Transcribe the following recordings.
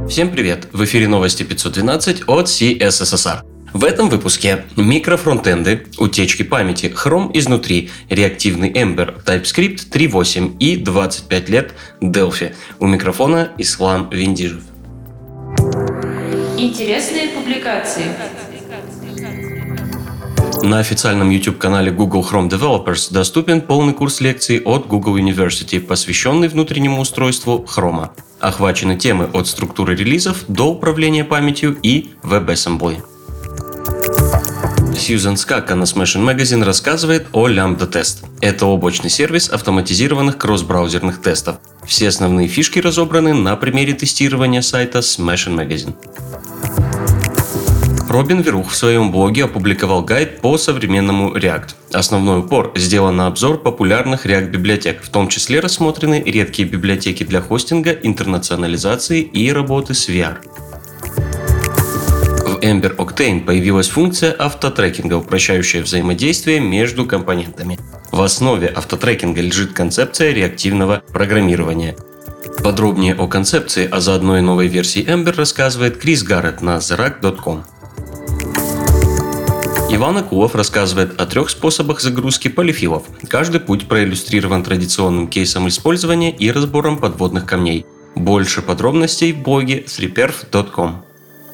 Всем привет! В эфире новости 512 от CSSR. В этом выпуске микрофронтенды, утечки памяти, Chrome изнутри, реактивный Ember, TypeScript 3.8 и 25 лет Delphi. У микрофона Ислам Виндижев. Интересные публикации. На официальном YouTube-канале Google Chrome Developers доступен полный курс лекций от Google University, посвященный внутреннему устройству Chrome. Охвачены темы от структуры релизов до управления памятью и WebAssembly. Сьюзан Скакка на Smashing Magazine рассказывает о Lambda Test. Это облачный сервис автоматизированных кросс-браузерных тестов. Все основные фишки разобраны на примере тестирования сайта Smashing Magazine. Робин Верух в своем блоге опубликовал гайд по современному React. Основной упор сделан на обзор популярных React-библиотек, в том числе рассмотрены редкие библиотеки для хостинга, интернационализации и работы с VR. В Ember Octane появилась функция автотрекинга, упрощающая взаимодействие между компонентами. В основе автотрекинга лежит концепция реактивного программирования. Подробнее о концепции, а заодно и новой версии Ember рассказывает Крис Гарретт на therack.com. Иван Акулов рассказывает о 3 способах загрузки полифилов. Каждый путь проиллюстрирован традиционным кейсом использования и разбором подводных камней. Больше подробностей в блоге 3perf.com.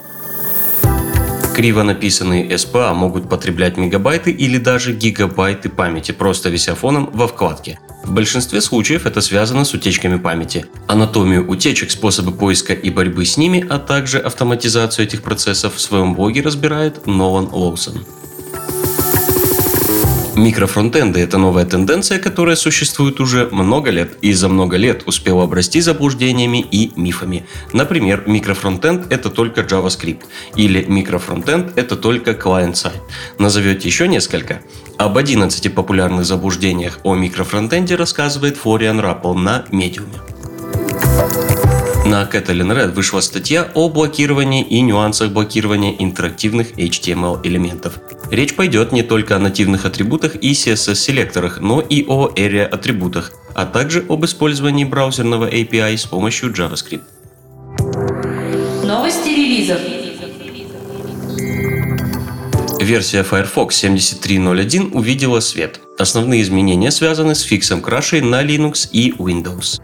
Криво написанные SPA могут потреблять мегабайты или даже гигабайты памяти, просто вися фоном во вкладке. В большинстве случаев это связано с утечками памяти. Анатомию утечек, способы поиска и борьбы с ними, а также автоматизацию этих процессов в своем блоге разбирает Нолан Лоусон. Микрофронтенды – это новая тенденция, которая существует уже много лет и за много лет успела обрасти заблуждениями и мифами. Например, микрофронтенд – это только JavaScript или микрофронтенд – это только client-side. Назовете еще несколько? Об 11 популярных заблуждениях о микрофронтенде рассказывает Флориан Раппл на Medium. На Catalin Red вышла статья о блокировании и нюансах блокирования интерактивных HTML-элементов. Речь пойдет не только о нативных атрибутах и CSS-селекторах, но и о area-атрибутах, а также об использовании браузерного API с помощью JavaScript. Новости релизов. Версия Firefox 73.01 увидела свет. Основные изменения связаны с фиксом крашей на Linux и Windows.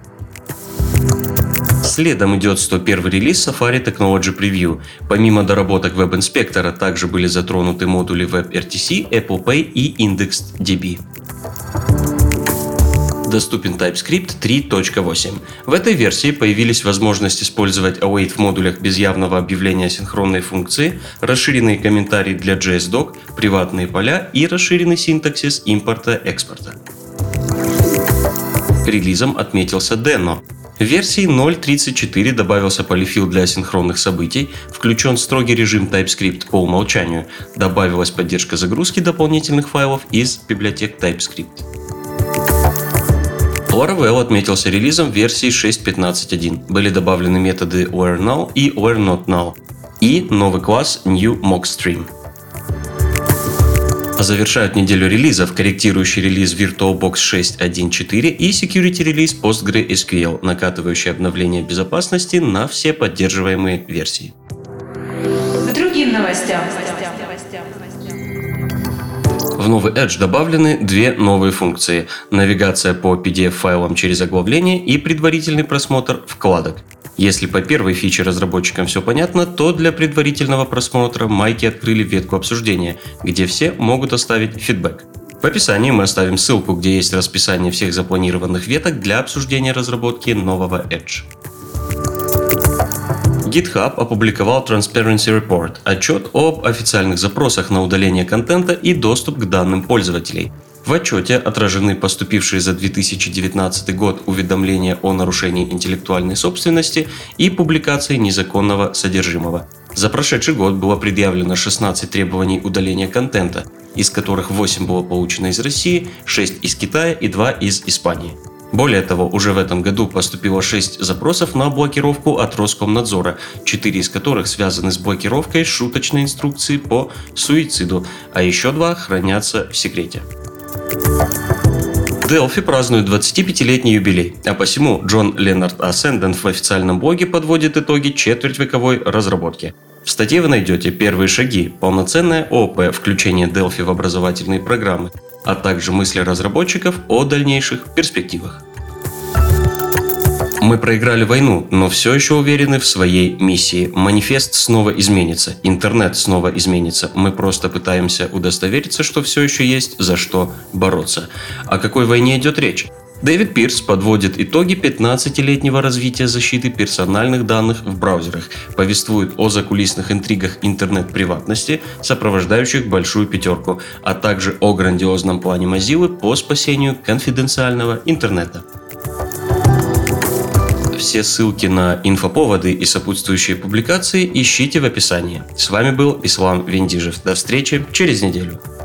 Следом идет 101 релиз Safari Technology Preview. Помимо доработок веб-инспектора, также были затронуты модули WebRTC, Apple Pay и IndexedDB. Доступен TypeScript 3.8. В этой версии появились возможность использовать await в модулях без явного объявления синхронной функции, расширенные комментарии для JSDoc, приватные поля и расширенный синтаксис импорта-экспорта. Релизом отметился Deno. В версии 0.34 добавился полифил для асинхронных событий, включен строгий режим TypeScript по умолчанию, добавилась поддержка загрузки дополнительных файлов из библиотек TypeScript. Laravel отметился релизом версии 6.15.1. Были добавлены методы whereNull и whereNotNull и новый класс NewMockStream. Завершают неделю релизов корректирующий релиз VirtualBox 6.1.4 и security релиз PostgreSQL, накатывающий обновление безопасности на все поддерживаемые версии. К другим новостям. В новый Edge добавлены 2 новые функции – навигация по PDF-файлам через оглавление и предварительный просмотр вкладок. Если по первой фиче разработчикам все понятно, то для предварительного просмотра майки открыли ветку обсуждения, где все могут оставить фидбэк. В описании мы оставим ссылку, где есть расписание всех запланированных веток для обсуждения разработки нового Edge. GitHub опубликовал Transparency Report – отчет об официальных запросах на удаление контента и доступ к данным пользователей. В отчете отражены поступившие за 2019 год уведомления о нарушении интеллектуальной собственности и публикации незаконного содержимого. За прошедший год было предъявлено 16 требований удаления контента, из которых 8 было получено из России, 6 из Китая и 2 из Испании. Более того, уже в этом году поступило 6 запросов на блокировку от Роскомнадзора, 4 из которых связаны с блокировкой шуточной инструкции по суициду, а еще 2 хранятся в секрете. Delphi празднует 25-летний юбилей, а посему Джон Ленард Ассендент в официальном блоге подводит итоги четвертьвековой разработки. В статье вы найдете первые шаги, полноценное ООП, включение Delphi в образовательные программы, а также мысли разработчиков о дальнейших перспективах. Мы проиграли войну, но все еще уверены в своей миссии. Манифест снова изменится, интернет снова изменится. Мы просто пытаемся удостовериться, что все еще есть за что бороться. О какой войне идет речь? Дэвид Пирс подводит итоги 15-летнего развития защиты персональных данных в браузерах, повествует о закулисных интригах интернет-приватности, сопровождающих большую пятерку, а также о грандиозном плане Mozilla по спасению конфиденциального интернета. Все ссылки на инфоповоды и сопутствующие публикации ищите в описании. С вами был Ислам Вендижев. До встречи через неделю.